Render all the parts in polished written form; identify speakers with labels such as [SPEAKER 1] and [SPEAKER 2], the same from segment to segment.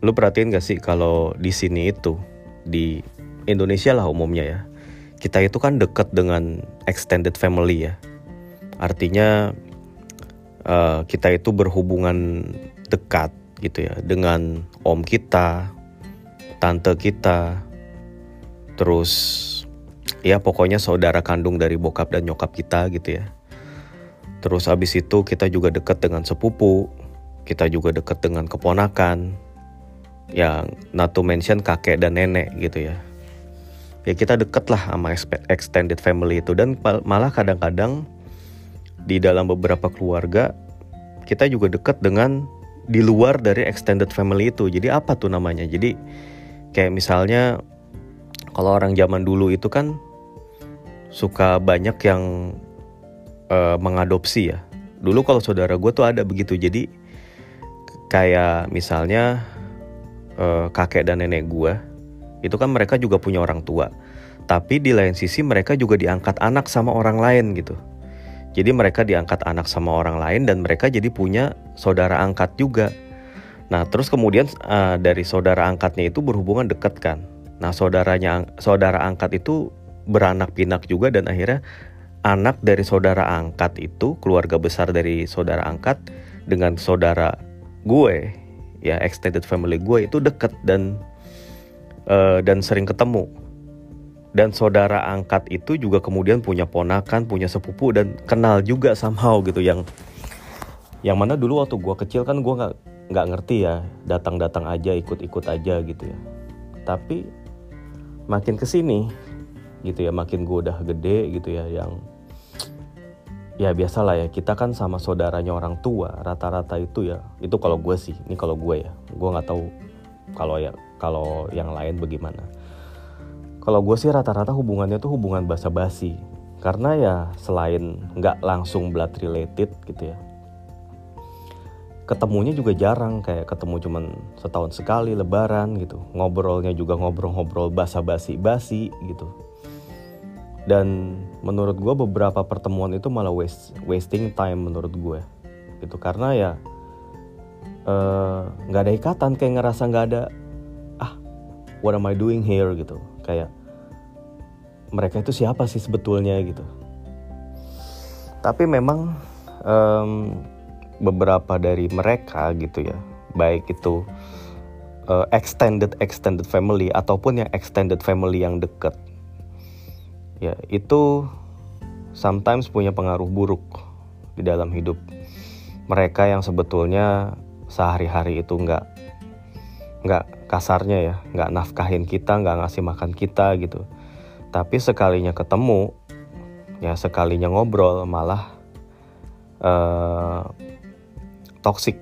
[SPEAKER 1] Lu perhatiin gak sih kalau di sini itu, di Indonesia lah umumnya ya, kita itu kan dekat dengan extended family ya. Artinya kita itu berhubungan dekat gitu ya dengan om kita, tante kita, terus ya pokoknya saudara kandung dari bokap dan nyokap kita gitu ya. Terus abis itu kita juga dekat dengan sepupu, kita juga dekat dengan keponakan, yang not to mention kakek dan nenek gitu ya. Ya kita deket lah sama extended family itu. Dan malah kadang-kadang di dalam beberapa keluarga kita juga deket dengan di luar dari extended family itu. Jadi apa tuh namanya? Jadi kayak misalnya kalau orang zaman dulu itu kan suka banyak yang mengadopsi ya. Dulu kalau saudara gue tuh ada begitu. Jadi kayak misalnya kakek dan nenek gue itu kan mereka juga punya orang tua, tapi di lain sisi mereka juga diangkat anak sama orang lain gitu. Jadi mereka diangkat anak sama orang lain dan mereka jadi punya saudara angkat juga. Nah terus kemudian dari saudara angkatnya itu berhubungan dekat kan. Nah saudara angkat itu beranak pinak juga, dan akhirnya anak dari saudara angkat itu, keluarga besar dari saudara angkat dengan saudara gue ya, extended family gue itu deket dan sering ketemu. Dan saudara angkat itu juga kemudian punya ponakan, punya sepupu, dan kenal juga somehow gitu. Yang mana dulu waktu gue kecil kan gue nggak ngerti ya, datang-datang aja, ikut-ikut aja gitu ya. Tapi makin kesini gitu ya, makin gue udah gede gitu ya, yang ya biasalah ya, kita kan sama saudaranya orang tua rata-rata itu ya, itu kalau gue sih, ini kalau gue ya, gue nggak tahu kalau yang lain bagaimana. Kalau gue sih rata-rata hubungannya tuh hubungan basa-basi, karena ya selain nggak langsung blood related gitu ya, ketemunya juga jarang, kayak ketemu cuman setahun sekali lebaran gitu, ngobrolnya juga ngobrol-ngobrol basa-basi gitu. Dan menurut gue beberapa pertemuan itu malah wasting time menurut gue gitu, karena ya nggak ada ikatan, kayak ngerasa nggak ada what am I doing here gitu, kayak mereka itu siapa sih sebetulnya gitu. Tapi memang beberapa dari mereka gitu ya, baik itu extended family ataupun yang extended family yang dekat ya, itu sometimes punya pengaruh buruk di dalam hidup mereka, yang sebetulnya sehari-hari itu nggak kasarnya ya, nggak nafkahin kita, nggak ngasih makan kita gitu. Tapi sekalinya ketemu ya, sekalinya ngobrol malah toxic.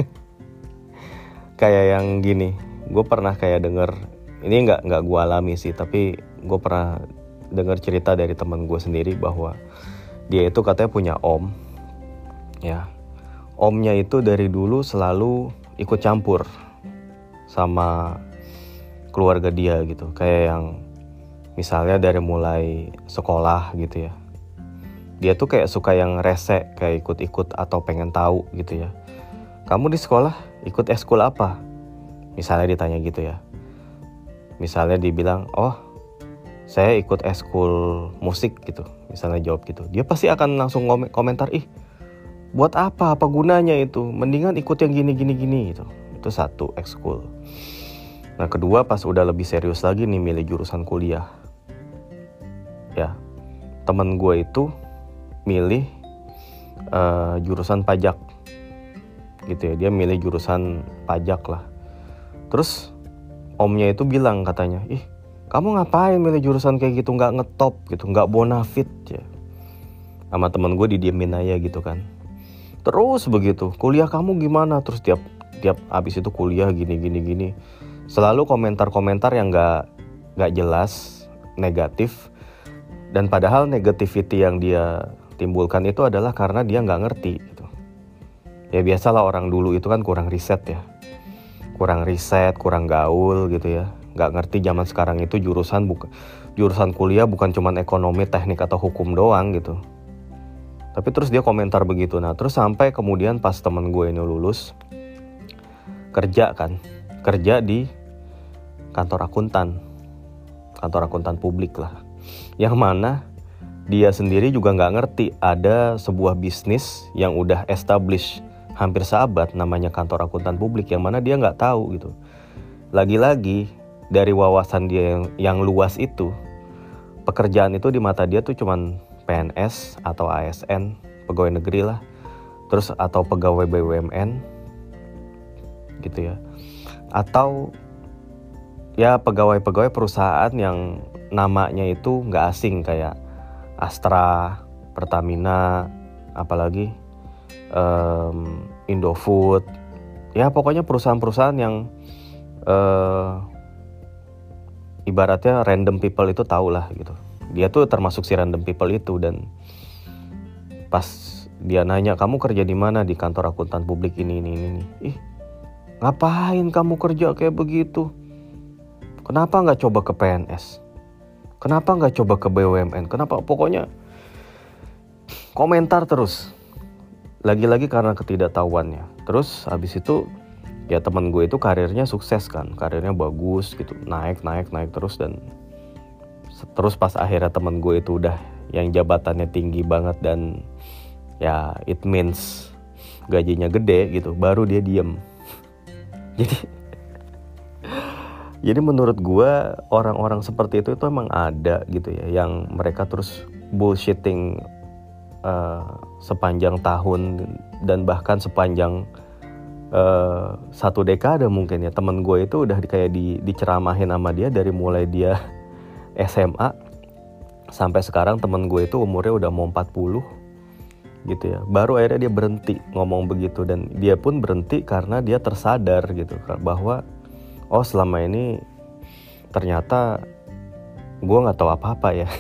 [SPEAKER 1] Kayak yang gini, gue pernah kayak denger, ini nggak gue alami sih, tapi gue pernah dengar cerita dari teman gue sendiri bahwa dia itu katanya punya om ya. Omnya itu dari dulu selalu ikut campur sama keluarga dia gitu, kayak yang misalnya dari mulai sekolah gitu ya, dia tuh kayak suka yang rese, kayak ikut-ikut atau pengen tahu gitu ya. Kamu di sekolah ikut eskul apa? Misalnya ditanya gitu ya. Misalnya dibilang, oh saya ikut eskul musik gitu, misalnya jawab gitu, dia pasti akan langsung komentar, ih buat apa gunanya itu, mendingan ikut yang gini gitu. Itu satu, ekskul. Nah kedua, pas udah lebih serius lagi nih milih jurusan kuliah ya, temen gue itu milih jurusan pajak gitu ya, dia milih jurusan pajak lah. Terus omnya itu bilang katanya, ih kamu ngapain milih jurusan kayak gitu, nggak ngetop gitu, nggak bonafit ya. Sama temen gue didiemin aja gitu kan. Terus begitu, kuliah kamu gimana? Terus tiap abis itu kuliah gini. Selalu komentar-komentar yang nggak jelas, negatif. Dan padahal negativity yang dia timbulkan itu adalah karena dia nggak ngerti gitu. Ya biasalah orang dulu itu kan kurang riset, kurang gaul gitu ya. Gak ngerti zaman sekarang itu jurusan kuliah bukan cuman ekonomi, teknik atau hukum doang gitu. Tapi terus dia komentar begitu. Nah terus sampai kemudian pas temen gue ini lulus kerja kerja di kantor akuntan publik lah, yang mana dia sendiri juga nggak ngerti ada sebuah bisnis yang udah established hampir seabad namanya kantor akuntan publik, yang mana dia nggak tahu gitu. Lagi-lagi dari wawasan dia yang luas itu, pekerjaan itu di mata dia tuh cuman PNS atau ASN, pegawai negeri lah, terus atau pegawai BUMN gitu ya, atau ya pegawai-pegawai perusahaan yang namanya itu nggak asing kayak Astra, Pertamina, apalagi Indofood, ya pokoknya perusahaan-perusahaan yang ibaratnya random people itu tahu lah gitu. Dia tuh termasuk si random people itu, dan pas dia nanya, kamu kerja di mana? Di kantor akuntan publik ini. Ih, ngapain kamu kerja kayak begitu? Kenapa nggak coba ke PNS? Kenapa nggak coba ke BUMN? Kenapa? Pokoknya komentar terus. Lagi-lagi karena ketidaktahuannya. Terus habis itu ya teman gue itu karirnya sukses kan, karirnya bagus gitu, naik terus, dan terus pas akhirnya teman gue itu udah yang jabatannya tinggi banget dan ya it means gajinya gede gitu, baru dia diem. Jadi menurut gue orang-orang seperti itu emang ada gitu ya, yang mereka terus bullshitting sepanjang tahun dan bahkan sepanjang 1 dekade mungkin ya. Temen gue itu udah kayak diceramahin sama dia dari mulai dia SMA sampai sekarang. Temen gue itu umurnya udah mau 40 gitu ya, baru akhirnya dia berhenti ngomong begitu. Dan dia pun berhenti karena dia tersadar gitu bahwa oh selama ini ternyata gue gak tahu apa-apa ya.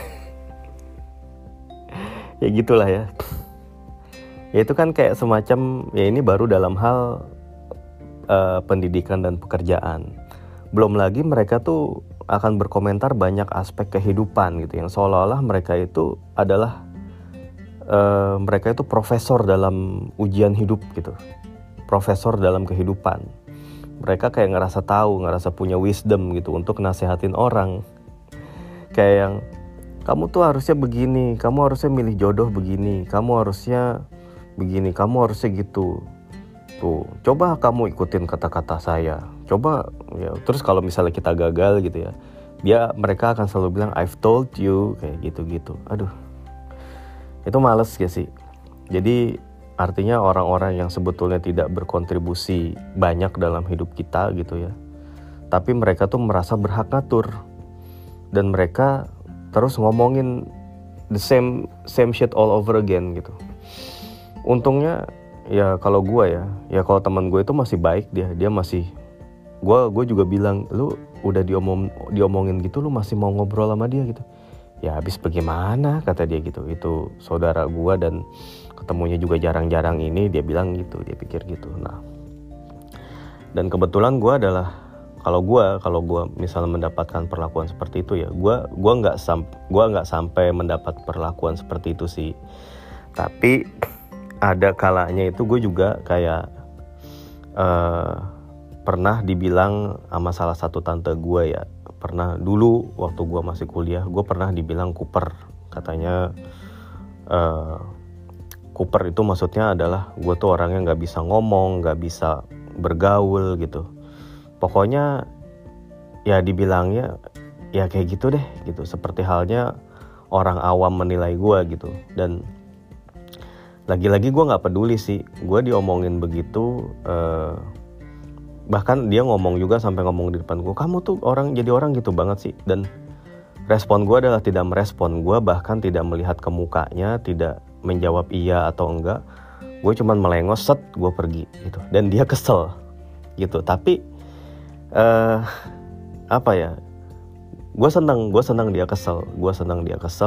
[SPEAKER 1] Ya gitulah ya. Ya itu kan kayak semacam, ya ini baru dalam hal pendidikan dan pekerjaan. Belum lagi mereka tuh akan berkomentar banyak aspek kehidupan gitu, yang seolah-olah mereka itu adalah mereka itu profesor dalam ujian hidup gitu, profesor dalam kehidupan. Mereka kayak ngerasa tahu, ngerasa punya wisdom gitu untuk nasehatin orang. Kayak yang, kamu tuh harusnya begini, kamu harusnya milih jodoh begini, kamu harusnya begini, kamu harusnya gitu. Tuh, coba kamu ikutin kata-kata saya. Coba ya. Terus kalau misalnya kita gagal gitu ya, mereka akan selalu bilang I've told you, kayak gitu-gitu. Aduh. Itu males gak sih? Jadi artinya orang-orang yang sebetulnya tidak berkontribusi banyak dalam hidup kita gitu ya, tapi mereka tuh merasa berhak ngatur, dan mereka terus ngomongin the same shit all over again gitu. Untungnya ya kalau gue ya kalau teman gue itu masih baik, dia masih, gue juga bilang, lu udah diomongin gitu, lu masih mau ngobrol sama dia gitu. Ya habis bagaimana, kata dia gitu. Itu saudara gue dan ketemunya juga jarang-jarang ini, dia bilang gitu, dia pikir gitu. Nah, dan kebetulan gue adalah, kalau gue misalnya mendapatkan perlakuan seperti itu ya, gue nggak sampai mendapat perlakuan seperti itu sih. Tapi ada kalanya itu gue juga kayak pernah dibilang sama salah satu tante gue ya, pernah dulu waktu gue masih kuliah, gue pernah dibilang kuper. Katanya kuper itu maksudnya adalah gue tuh orangnya nggak bisa ngomong, nggak bisa bergaul gitu. Pokoknya ya dibilangnya ya kayak gitu deh gitu, seperti halnya orang awam menilai gue gitu. Dan lagi-lagi gue nggak peduli sih, gue diomongin begitu. Bahkan dia ngomong juga, sampai ngomong di depan gue, kamu tuh jadi orang gitu banget sih. Dan respon gue adalah tidak merespon. Gue bahkan tidak melihat ke mukanya, tidak menjawab iya atau enggak. Gue cuman melengos, gue pergi gitu. Dan dia kesel gitu. Tapi apa ya, gue senang dia kesel, gue senang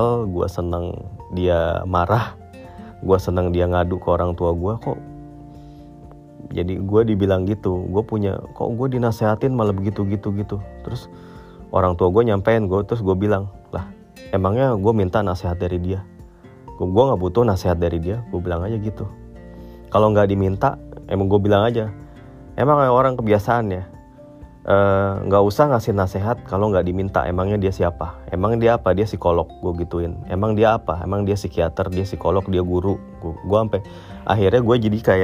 [SPEAKER 1] dia marah, gue senang dia ngadu ke orang tua gue. Kok jadi gue dibilang gitu, kok gue dinasehatin malah begitu. Terus orang tua gue nyampein gue, terus gue bilang, lah emangnya gue minta nasihat dari dia? Gue gak butuh nasihat dari dia, gue bilang aja gitu. Kalau gak diminta, emang gue bilang aja, emang orang kebiasaan ya, nggak usah ngasih nasihat kalau nggak diminta. Emangnya dia siapa? Emang dia apa? Dia psikolog, gue gituin. Emang dia apa? Emang dia psikiater, dia psikolog, dia guru. Gue sampai akhirnya gue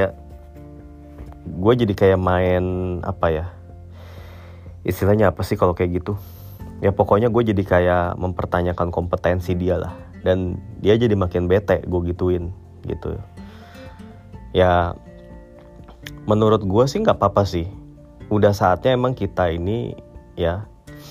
[SPEAKER 1] jadi kayak main apa ya, istilahnya apa sih kalau kayak gitu ya, pokoknya gue jadi kayak mempertanyakan kompetensi dia lah, dan dia jadi makin bete gue gituin gitu ya. Menurut gue sih nggak apa-apa sih, udah saatnya emang kita ini ya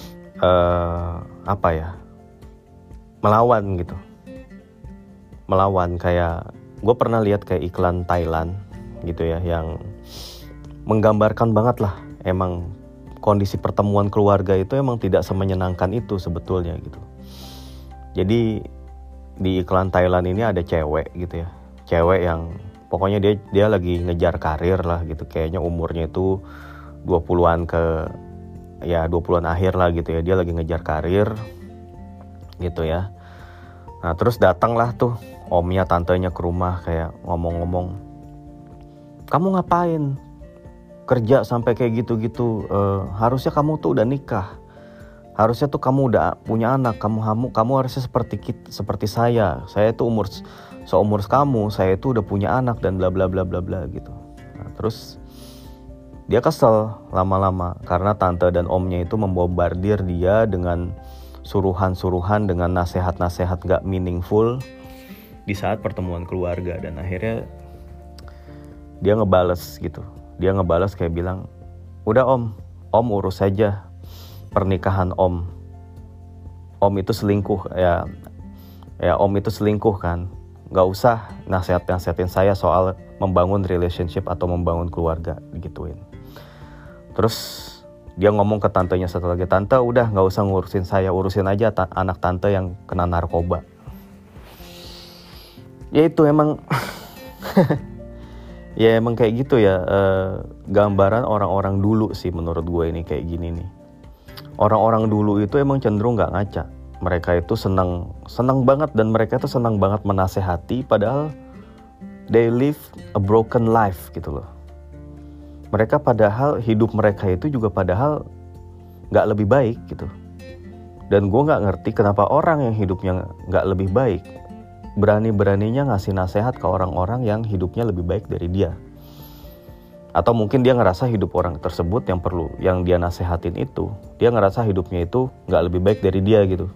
[SPEAKER 1] apa ya, melawan gitu, melawan. Kayak gue pernah lihat kayak iklan Thailand gitu ya, yang menggambarkan banget lah emang kondisi pertemuan keluarga itu emang tidak semenyenangkan itu sebetulnya gitu. Jadi di iklan Thailand ini ada cewek gitu ya, cewek yang pokoknya dia lagi ngejar karir lah gitu, kayaknya umurnya itu 20-an ya 20-an akhir lah gitu ya, dia lagi ngejar karir gitu ya. Nah terus datanglah tuh omnya tantenya ke rumah kayak ngomong-ngomong, kamu ngapain kerja sampai kayak gitu-gitu, harusnya kamu tuh udah nikah, harusnya tuh kamu udah punya anak, kamu harusnya seperti saya tuh seumur kamu, saya tuh udah punya anak dan bla bla bla bla bla gitu. Nah, terus dia kesel lama-lama karena tante dan omnya itu membombardir dia dengan suruhan-suruhan, dengan nasihat-nasihat gak meaningful di saat pertemuan keluarga. Dan akhirnya dia ngebales gitu. Dia ngebales kayak bilang, udah om urus saja pernikahan om itu selingkuh ya om itu selingkuh kan, gak usah nasihatin saya soal membangun relationship atau membangun keluarga gituin. Terus dia ngomong ke tantenya satu lagi, tante udah gak usah ngurusin saya, urusin aja anak tante yang kena narkoba. Ya itu emang ya emang kayak gitu ya, gambaran orang-orang dulu sih menurut gue ini kayak gini nih. Orang-orang dulu itu emang cenderung gak ngaca. Mereka itu senang banget, dan mereka itu senang banget menasehati, padahal they live a broken life gitu loh. Mereka padahal hidup mereka itu juga padahal gak lebih baik gitu. Dan gue gak ngerti kenapa orang yang hidupnya gak lebih baik berani-beraninya ngasih nasihat ke orang-orang yang hidupnya lebih baik dari dia. Atau mungkin dia ngerasa hidup orang tersebut yang dia nasehatin itu, dia ngerasa hidupnya itu gak lebih baik dari dia gitu.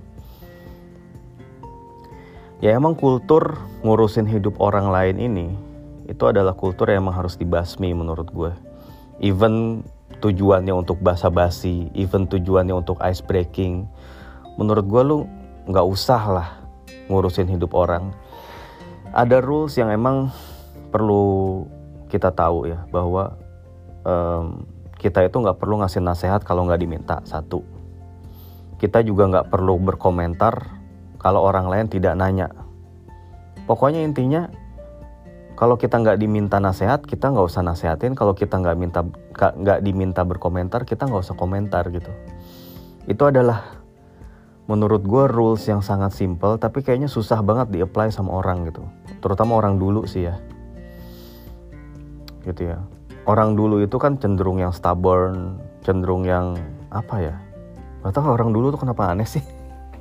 [SPEAKER 1] Ya emang kultur ngurusin hidup orang lain ini, itu adalah kultur yang emang harus dibasmi menurut gue. Even tujuannya untuk basa-basi, even tujuannya untuk ice breaking, menurut gue lu gak usah lah ngurusin hidup orang. Ada rules yang emang perlu kita tahu ya, bahwa kita itu gak perlu ngasih nasihat kalau gak diminta. Satu, kita juga gak perlu berkomentar kalau orang lain tidak nanya. Pokoknya intinya, kalau kita gak diminta nasihat, kita gak usah nasehatin. Kalau kita gak diminta berkomentar, kita gak usah komentar gitu. Itu adalah menurut gue rules yang sangat simple, tapi kayaknya susah banget di-apply sama orang gitu. Terutama orang dulu sih ya. Gitu ya. Orang dulu itu kan cenderung yang stubborn, cenderung yang apa ya? Gak tau orang dulu tuh kenapa aneh sih.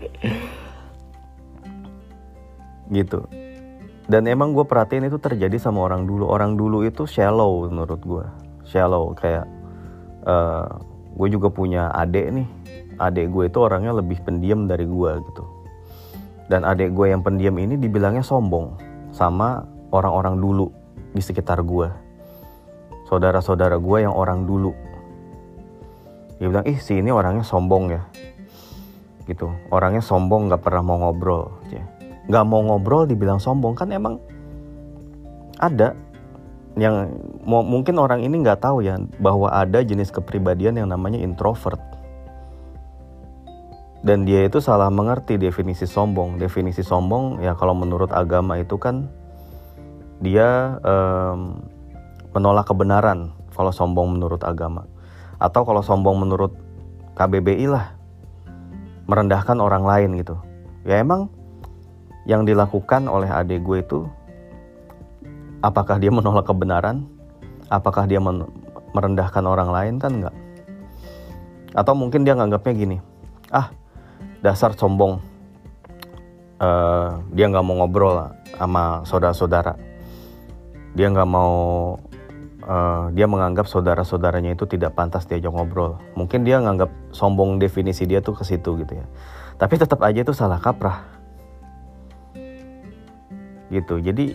[SPEAKER 1] Gitu. Dan emang gue perhatiin itu terjadi sama orang dulu. Orang dulu itu shallow menurut gue. Shallow, kayak gue juga punya adik nih. Adik gue itu orangnya lebih pendiam dari gue gitu. Dan adik gue yang pendiam ini dibilangnya sombong sama orang-orang dulu di sekitar gue. Saudara-saudara gue yang orang dulu. Dia bilang, si ini orangnya sombong ya. Gitu. Orangnya sombong, gak pernah mau ngobrol. Gak mau ngobrol dibilang sombong, kan emang ada yang mungkin orang ini gak tahu ya, bahwa ada jenis kepribadian yang namanya introvert. Dan dia itu salah mengerti definisi sombong. Definisi sombong ya kalau menurut agama itu kan dia menolak kebenaran kalau sombong menurut agama. Atau kalau sombong menurut KBBI lah, merendahkan orang lain gitu. Ya emang yang dilakukan oleh adik gue itu, apakah dia menolak kebenaran? Apakah dia merendahkan orang lain? Kan enggak. Atau mungkin dia nganggapnya gini, dasar sombong, dia nggak mau ngobrol sama saudara-saudara, dia nggak mau, dia menganggap saudara-saudaranya itu tidak pantas diajak ngobrol. Mungkin dia nganggap sombong, definisi dia tuh ke situ gitu ya. Tapi tetap aja itu salah kaprah gitu. Jadi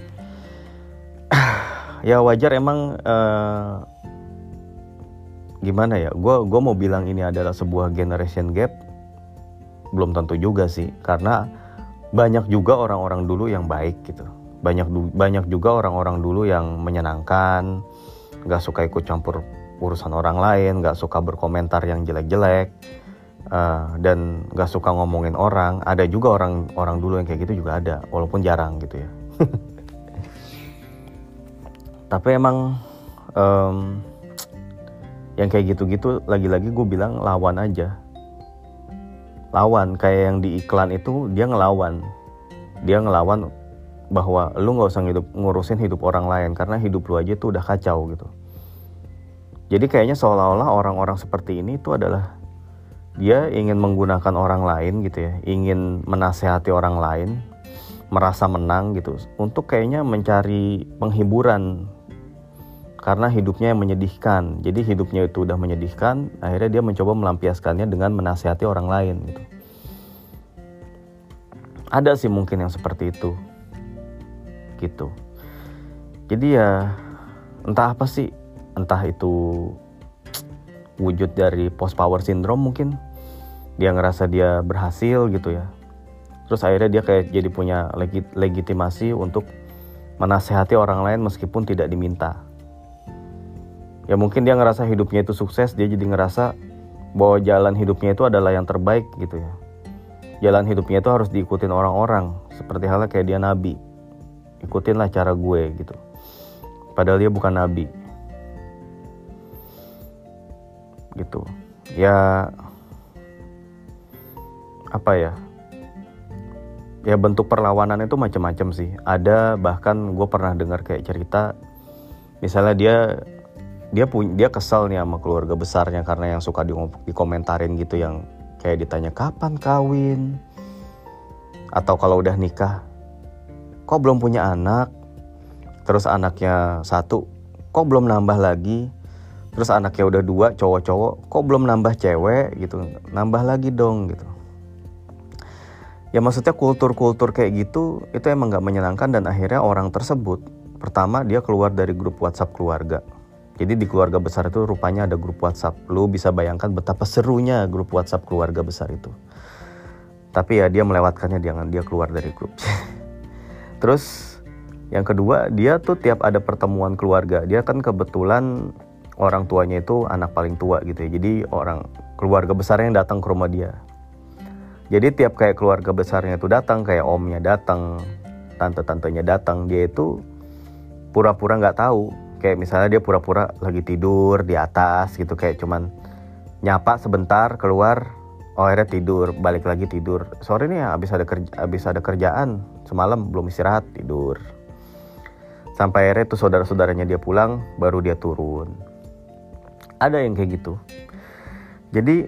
[SPEAKER 1] ya wajar emang, gimana ya, gue mau bilang ini adalah sebuah generation gap, belum tentu juga sih, karena banyak juga orang-orang dulu yang baik gitu, banyak juga orang-orang dulu yang menyenangkan, nggak suka ikut campur urusan orang lain, nggak suka berkomentar yang jelek-jelek, dan nggak suka ngomongin orang. Ada juga orang dulu yang kayak gitu juga ada, walaupun jarang gitu ya. Tapi emang yang kayak gitu-gitu, lagi-lagi gue bilang lawan aja. Lawan, kayak yang di iklan itu, dia ngelawan bahwa lu gak usah ngurusin hidup orang lain, karena hidup lu aja tuh udah kacau gitu. Jadi kayaknya seolah-olah orang-orang seperti ini tuh adalah dia ingin menggunakan orang lain gitu ya, ingin menasehati orang lain, merasa menang gitu, untuk kayaknya mencari penghiburan. Karena hidupnya yang menyedihkan, jadi hidupnya itu udah menyedihkan, akhirnya dia mencoba melampiaskannya dengan menasihati orang lain gitu. Ada sih mungkin yang seperti itu gitu. Jadi ya entah apa sih, entah itu wujud dari post power syndrome, mungkin dia ngerasa dia berhasil gitu ya, terus akhirnya dia kayak jadi punya legitimasi untuk menasehati orang lain meskipun tidak diminta. Ya mungkin dia ngerasa hidupnya itu sukses, dia jadi ngerasa bahwa jalan hidupnya itu adalah yang terbaik gitu ya. Jalan hidupnya itu harus diikutin orang-orang, seperti halnya kayak dia nabi. Ikutinlah cara gue gitu. Padahal dia bukan nabi. Gitu. Ya apa ya? Ya bentuk perlawanan itu macam-macam sih. Ada, bahkan gue pernah dengar kayak cerita, misalnya dia kesal nih sama keluarga besarnya karena yang suka dikomentarin gitu, yang kayak ditanya kapan kawin, atau kalau udah nikah kok belum punya anak, terus anaknya 1 kok belum nambah lagi, terus anaknya udah 2 cowok-cowok kok belum nambah cewek gitu, nambah lagi dong gitu. Ya maksudnya kultur-kultur kayak gitu itu emang gak menyenangkan, dan akhirnya orang tersebut, pertama dia keluar dari grup WhatsApp keluarga. Jadi di keluarga besar itu rupanya ada grup WhatsApp. Lu bisa bayangkan betapa serunya grup WhatsApp keluarga besar itu. Tapi ya dia melewatkannya, dia keluar dari grup. Terus yang kedua, dia tuh tiap ada pertemuan keluarga, dia kan kebetulan orang tuanya itu anak paling tua gitu ya. Jadi orang keluarga besarnya yang datang ke rumah dia. Jadi tiap kayak keluarga besarnya itu datang, kayak omnya datang, tante-tantenya datang, dia itu pura-pura gak tahu. Kayak misalnya dia pura-pura lagi tidur di atas gitu, kayak cuman nyapa sebentar keluar, akhirnya tidur, balik lagi tidur. Sore nih ya habis ada kerjaan, semalam belum istirahat, tidur. Sampai akhirnya tuh saudara-saudaranya dia pulang, baru dia turun. Ada yang kayak gitu. Jadi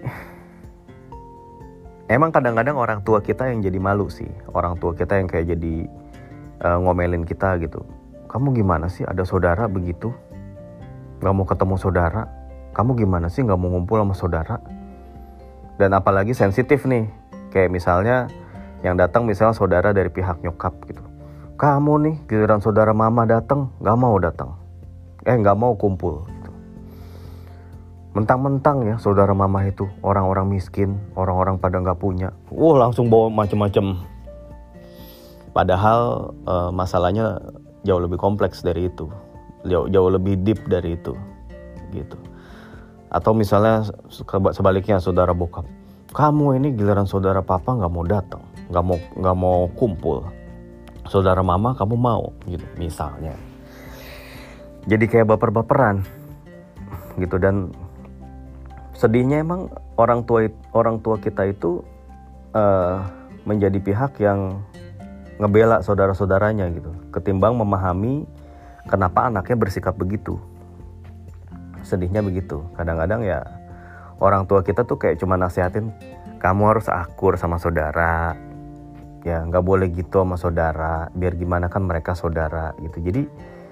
[SPEAKER 1] emang kadang-kadang orang tua kita yang jadi malu sih. Orang tua kita yang kayak jadi ngomelin kita gitu. Kamu gimana sih ada saudara begitu? Gak mau ketemu saudara? Kamu gimana sih gak mau ngumpul sama saudara? Dan apalagi sensitif nih. Kayak misalnya yang datang misalnya saudara dari pihak nyokap gitu. Kamu nih giliran saudara mama datang gak mau datang. Gak mau kumpul gitu. Mentang-mentang ya saudara mama itu orang-orang miskin, orang-orang pada gak punya. Langsung bawa macem-macem. Padahal masalahnya jauh lebih kompleks dari itu, jauh lebih deep dari itu, gitu. Atau misalnya sebaliknya saudara bokap, kamu ini giliran saudara papa nggak mau datang, nggak mau kumpul, saudara mama kamu mau, gitu misalnya. Jadi kayak baper-baperan, gitu. Dan sedihnya emang orang tua kita itu menjadi pihak yang ngebela saudara-saudaranya gitu, ketimbang memahami kenapa anaknya bersikap begitu. Sedihnya begitu. Kadang-kadang ya orang tua kita tuh kayak cuma nasihatin, kamu harus akur sama saudara, ya nggak boleh gitu sama saudara, biar gimana kan mereka saudara gitu. Jadi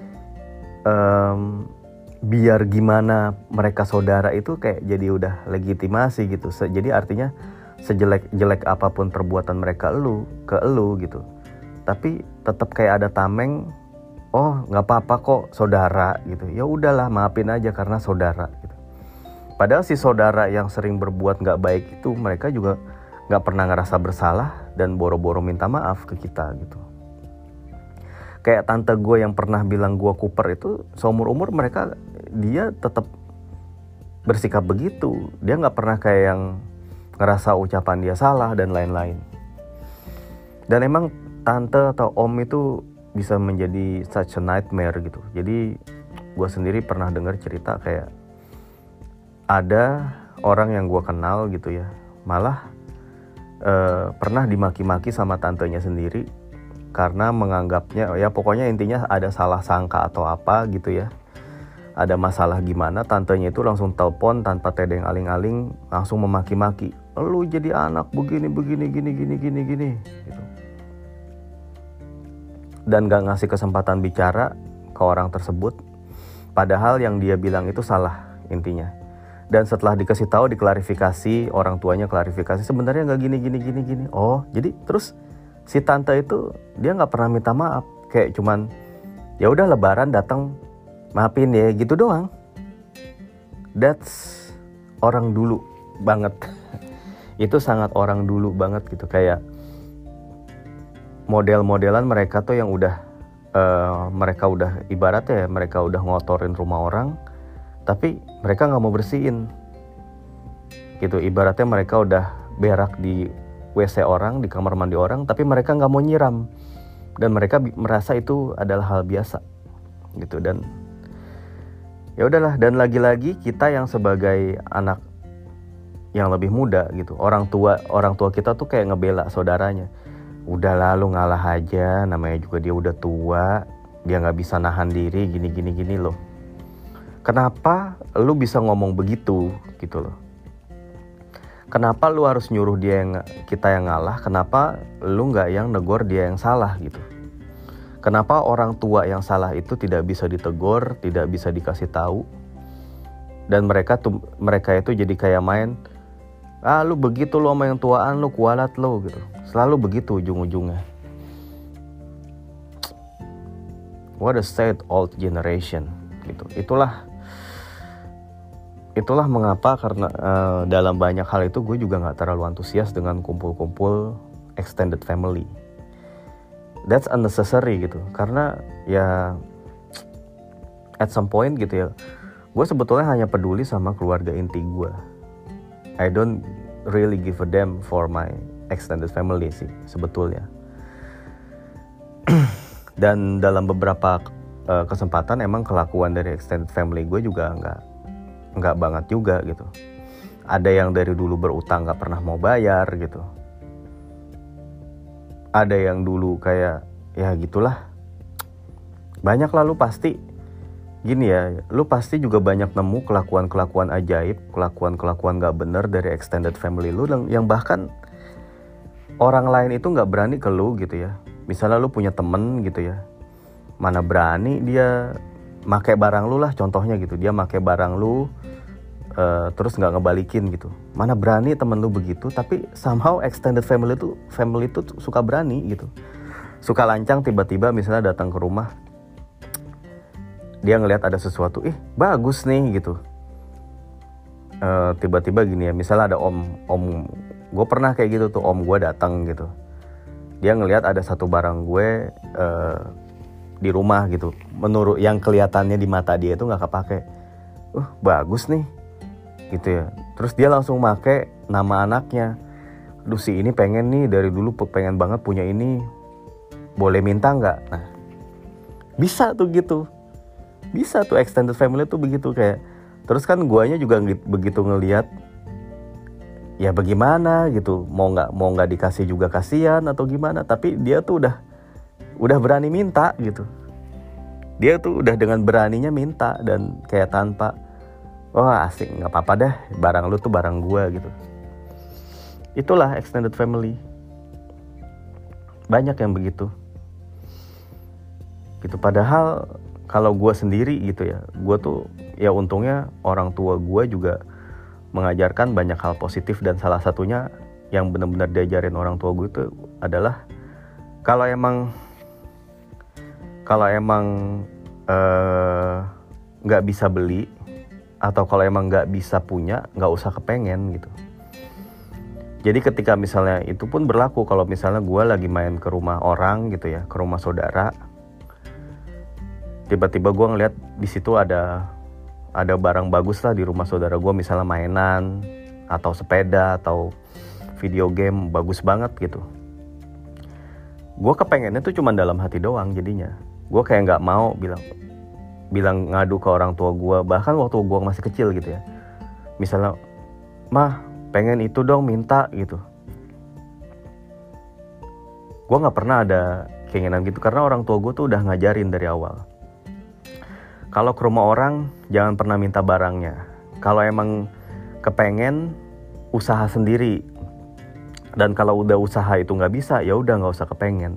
[SPEAKER 1] biar gimana mereka saudara itu kayak jadi udah legitimasi gitu. Jadi artinya sejelek-jelek apapun perbuatan mereka ke elu gitu, tapi tetap kayak ada tameng, oh nggak apa-apa kok saudara gitu, ya udahlah maafin aja karena saudara gitu. Padahal si saudara yang sering berbuat nggak baik itu mereka juga nggak pernah ngerasa bersalah dan boro-boro minta maaf ke kita gitu. Kayak tante gue yang pernah bilang gue kuper itu, seumur umur mereka dia tetap bersikap begitu. Dia nggak pernah kayak yang ngerasa ucapan dia salah dan lain-lain. Dan emang tante atau om itu bisa menjadi such a nightmare gitu. Jadi gue sendiri pernah dengar cerita kayak ada orang yang gue kenal gitu ya, malah pernah dimaki-maki sama tantenya sendiri karena menganggapnya, ya pokoknya intinya ada salah sangka atau apa gitu ya, ada masalah gimana, tantenya itu langsung telepon tanpa tedeng aling-aling, langsung memaki-maki, lu jadi anak begini gini gitu. Dan gak ngasih kesempatan bicara ke orang tersebut, padahal yang dia bilang itu salah intinya. Dan setelah dikasih tahu, diklarifikasi, orang tuanya klarifikasi, sebenarnya nggak gini. Oh, jadi terus si tante itu dia nggak pernah minta maaf, kayak cuman ya udah lebaran datang maafin ya gitu doang. That's orang dulu banget. Itu sangat orang dulu banget gitu, kayak model-modelan mereka tuh yang udah mereka udah ibaratnya ya, mereka udah ngotorin rumah orang, tapi mereka nggak mau bersihin gitu. Ibaratnya mereka udah berak di WC orang, di kamar mandi orang, tapi mereka nggak mau nyiram, dan mereka merasa itu adalah hal biasa gitu. Dan ya udahlah, dan lagi-lagi kita yang sebagai anak yang lebih muda gitu, orang tua kita tuh kayak ngebela saudaranya. Udah lalu ngalah aja, namanya juga dia udah tua, dia nggak bisa nahan diri, gini loh. Kenapa lu bisa ngomong begitu gitu loh? Kenapa lu harus nyuruh kita yang ngalah? Kenapa lu nggak yang negor dia yang salah gitu? Kenapa orang tua yang salah itu tidak bisa ditegur, tidak bisa dikasih tahu? Dan mereka itu jadi kayak main, lu begitu lu sama yang tuaan, lu kualat lu gitu. Selalu begitu ujung-ujungnya. What a sad old generation gitu. Itulah mengapa, karena dalam banyak hal itu gue juga gak terlalu antusias dengan kumpul-kumpul extended family. That's unnecessary gitu. Karena ya at some point gitu ya, gue sebetulnya hanya peduli sama keluarga inti gue. I don't really give a damn for my extended family sih sebetulnya. Dan dalam beberapa kesempatan emang kelakuan dari extended family gue juga nggak banget juga gitu. Ada yang dari dulu berutang nggak pernah mau bayar gitu. Ada yang dulu kayak ya gitulah. Banyak lah, lu pasti gini ya, lu pasti juga banyak nemu kelakuan ajaib, kelakuan nggak bener dari extended family lu, yang bahkan orang lain itu nggak berani ke lu gitu ya. Misalnya lu punya temen gitu ya, mana berani dia make barang lu lah contohnya gitu, dia make barang lu terus nggak ngebalikin gitu. Mana berani temen lu begitu, tapi somehow extended family itu suka berani gitu, suka lancang tiba-tiba misalnya datang ke rumah, dia ngelihat ada sesuatu, bagus nih gitu. Tiba-tiba gini ya, misalnya ada om gue pernah kayak gitu tuh, om gue datang gitu, dia ngelihat ada satu barang gue di rumah gitu, menurut yang kelihatannya di mata dia itu nggak kepake, bagus nih gitu ya. Terus dia langsung make nama anaknya, aduh si ini pengen nih, dari dulu pengen banget punya ini, boleh minta nggak? Nah bisa tuh gitu, bisa tuh extended family tuh begitu kayak. Terus kan guanya juga begitu ngelihat, ya bagaimana gitu, mau nggak dikasih juga kasihan atau gimana, tapi dia tuh udah berani minta gitu. Dia tuh udah dengan beraninya minta, dan kayak asik, nggak apa-apa dah, barang lu tuh barang gua gitu. Itulah extended family. Banyak yang begitu gitu. Padahal kalau gue sendiri gitu ya, gue tuh ya untungnya orang tua gue juga mengajarkan banyak hal positif, dan salah satunya yang benar-benar diajarin orang tua gue itu adalah kalau emang nggak bisa beli atau kalau emang nggak bisa punya, nggak usah kepengen gitu. Jadi ketika misalnya itu pun berlaku kalau misalnya gue lagi main ke rumah orang gitu ya, ke rumah saudara, tiba-tiba gue ngeliat di situ ada barang bagus lah di rumah saudara gue, misalnya mainan atau sepeda atau video game bagus banget gitu. Gue kepengennya tuh cuma dalam hati doang jadinya. Gue kayak nggak mau bilang ngadu ke orang tua gue, bahkan waktu gue masih kecil gitu ya. Misalnya, mah pengen itu dong, minta gitu. Gue gak pernah ada keinginan gitu, karena orang tua gue tuh udah ngajarin dari awal. Kalau ke rumah orang, jangan pernah minta barangnya. Kalau emang kepengen, usaha sendiri. Dan kalau udah usaha itu gak bisa, ya udah gak usah kepengen.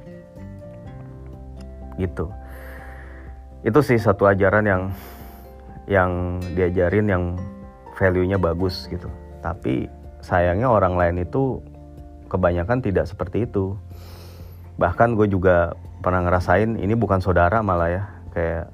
[SPEAKER 1] Gitu. Itu sih satu ajaran yang diajarin yang value-nya bagus gitu. Tapi sayangnya orang lain itu kebanyakan tidak seperti itu. Bahkan gue juga pernah ngerasain, ini bukan saudara malah ya, kayak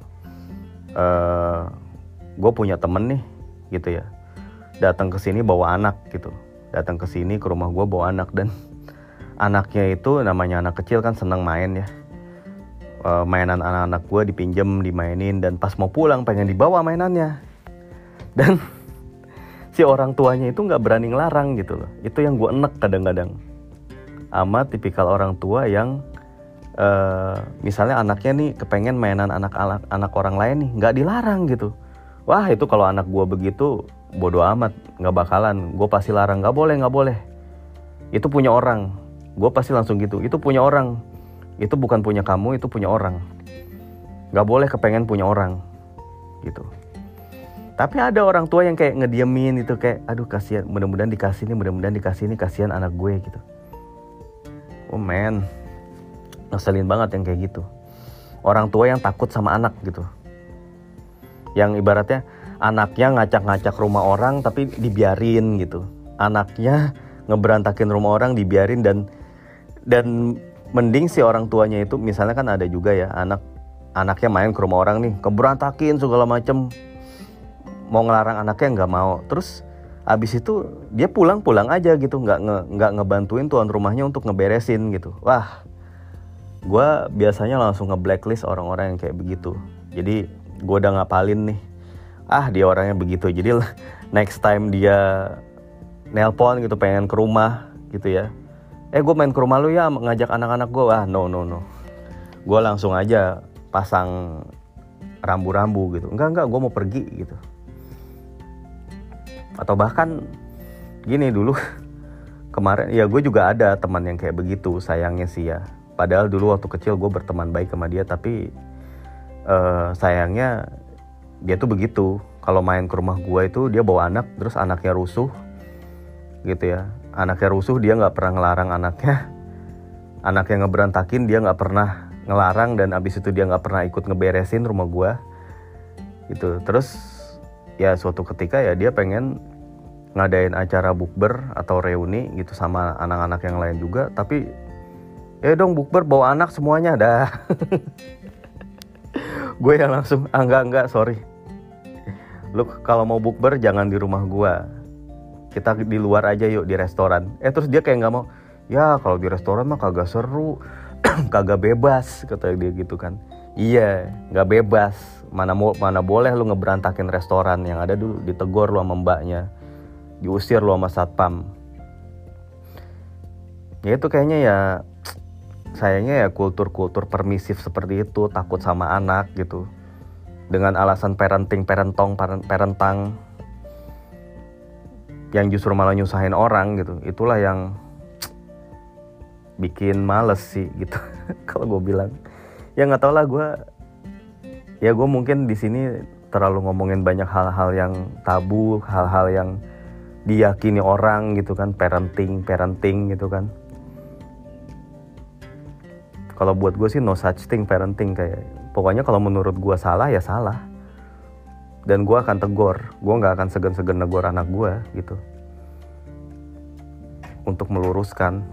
[SPEAKER 1] gue punya temen nih gitu ya, datang ke sini bawa anak gitu, datang ke sini ke rumah gue bawa anak, dan anaknya itu namanya anak kecil kan seneng main ya, mainan anak-anak gue dipinjem, dimainin, dan pas mau pulang pengen dibawa mainannya, dan si orang tuanya itu nggak berani ngelarang gitu loh. Itu yang gue enek kadang-kadang sama tipikal orang tua yang misalnya anaknya nih kepengen mainan anak orang lain nih, nggak dilarang gitu. Wah, itu kalau anak gue begitu bodo amat, nggak bakalan gue pasti larang, nggak boleh, itu punya orang. Gue pasti langsung gitu, itu punya orang, itu bukan punya kamu, itu punya orang, nggak boleh kepengen punya orang gitu. Tapi ada orang tua yang kayak ngediemin itu, kayak aduh kasihan, mudah-mudahan dikasih nih, kasihan anak gue gitu. Oh man, ngeselin banget yang kayak gitu. Orang tua yang takut sama anak gitu, yang ibaratnya anaknya ngacak-ngacak rumah orang tapi dibiarin gitu, anaknya ngeberantakin rumah orang dibiarin, dan mending si orang tuanya itu, misalnya kan ada juga ya anaknya main ke rumah orang nih, keberantakin segala macem, mau ngelarang anaknya nggak mau, terus abis itu dia pulang aja gitu, nggak ngebantuin tuan rumahnya untuk ngeberesin gitu. Wah, gue biasanya langsung nge-blacklist orang-orang yang kayak begitu. Jadi gue udah ngapalin nih, dia orangnya begitu, jadi next time dia nelpon gitu pengen ke rumah gitu ya, gue main ke rumah lu ya, ngajak anak-anak gue, no, gue langsung aja pasang rambu-rambu gitu, enggak gue mau pergi gitu. Atau bahkan gini, dulu kemarin ya gue juga ada teman yang kayak begitu, sayangnya sih ya. Padahal dulu waktu kecil gue berteman baik sama dia, tapi sayangnya dia tuh begitu. Kalau main ke rumah gue itu dia bawa anak, terus anaknya rusuh gitu ya. Anaknya rusuh, dia gak pernah ngelarang anaknya ngeberantakin, dia gak pernah ngelarang, dan abis itu dia gak pernah ikut ngeberesin rumah gue gitu. Terus ya suatu ketika ya dia pengen ngadain acara bukber atau reuni gitu sama anak-anak yang lain juga, tapi dong bukber bawa anak semuanya dah. Gue yang langsung enggak sorry, lu kalau mau bukber jangan di rumah gue, kita di luar aja yuk, di restoran. Terus dia kayak nggak mau, ya kalau di restoran mah kagak seru, kagak bebas, kata dia gitu kan. Iya, nggak bebas, mana boleh lu ngeberantakin restoran, yang ada dulu ditegur lu sama mbaknya, diusir lu sama satpam. Ya itu kayaknya ya, sayangnya ya kultur-kultur permisif seperti itu, takut sama anak gitu, dengan alasan parentang, yang justru malah nyusahin orang gitu. Itulah yang bikin males sih gitu. Kalau gue bilang, ya nggak tau lah, gue mungkin di sini terlalu ngomongin banyak hal-hal yang tabu, hal-hal yang diyakini orang gitu kan, parenting gitu kan. Kalau buat gue sih no such thing parenting, kayak pokoknya kalau menurut gue salah ya salah, dan gue akan tegur, gue nggak akan segan-segan negor anak gue gitu untuk meluruskan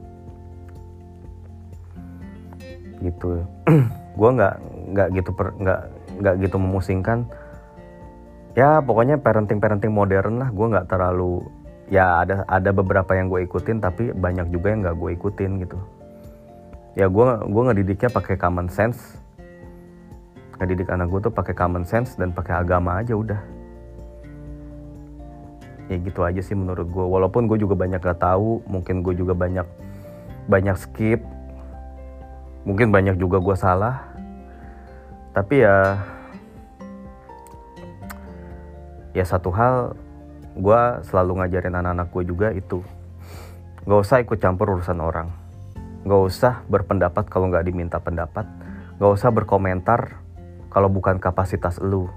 [SPEAKER 1] gitu. Gue nggak gitu memusingkan. Ya pokoknya parenting modern lah. Gue nggak terlalu, ya ada beberapa yang gue ikutin, tapi banyak juga yang nggak gue ikutin gitu. Ya gue ngedidiknya pakai common sense. Ngedidik anak gue tuh pakai common sense dan pakai agama aja udah. Ya gitu aja sih menurut gue. Walaupun gue juga banyak gak tahu, mungkin gue juga banyak skip, mungkin banyak juga gue salah. Tapi ya satu hal gue selalu ngajarin anak-anak gue juga itu, gak usah ikut campur urusan orang, gak usah berpendapat kalau gak diminta pendapat, gak usah berkomentar kalau bukan kapasitas lu,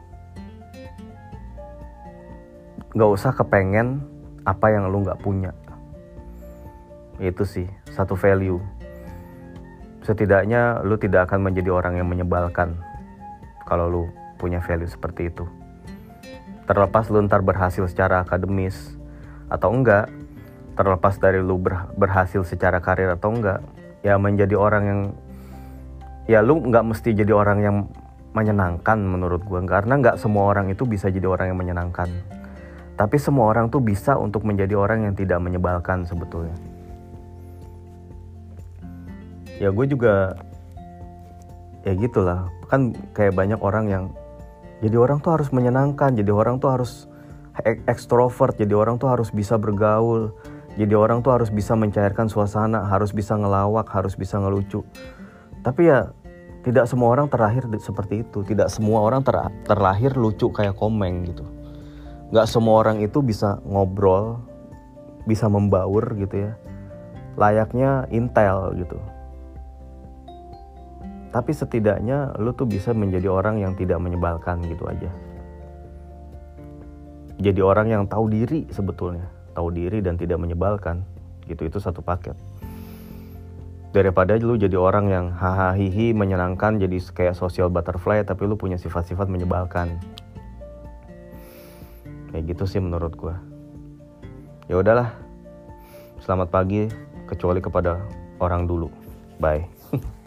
[SPEAKER 1] gak usah kepengen apa yang lu gak punya. Itu sih satu value. Setidaknya lu tidak akan menjadi orang yang menyebalkan kalau lu punya value seperti itu. Terlepas lu ntar berhasil secara akademis atau enggak, terlepas dari lu berhasil secara karir atau enggak, ya menjadi orang yang, ya lu nggak mesti jadi orang yang menyenangkan menurut gue, karena nggak semua orang itu bisa jadi orang yang menyenangkan, tapi semua orang tuh bisa untuk menjadi orang yang tidak menyebalkan sebetulnya. Ya gue juga ya gitulah, kan kayak banyak orang yang jadi orang tuh harus menyenangkan, jadi orang tuh harus ekstrovert, jadi orang tuh harus bisa bergaul, jadi orang tuh harus bisa mencairkan suasana, harus bisa ngelawak, harus bisa ngelucu. Tapi ya tidak semua orang terlahir seperti itu. Tidak semua orang terlahir lucu kayak Komeng gitu. Gak semua orang itu bisa ngobrol, bisa membaur gitu ya, layaknya Intel gitu. Tapi setidaknya lu tuh bisa menjadi orang yang tidak menyebalkan gitu aja. Jadi orang yang tahu diri sebetulnya, tahu diri dan tidak menyebalkan gitu, itu satu paket. Daripada lu jadi orang yang hahaha hihi menyenangkan, jadi kayak social butterfly tapi lu punya sifat-sifat menyebalkan. Kayak gitu sih menurut gua. Ya udahlah. Selamat pagi, kecuali kepada orang dulu. Bye.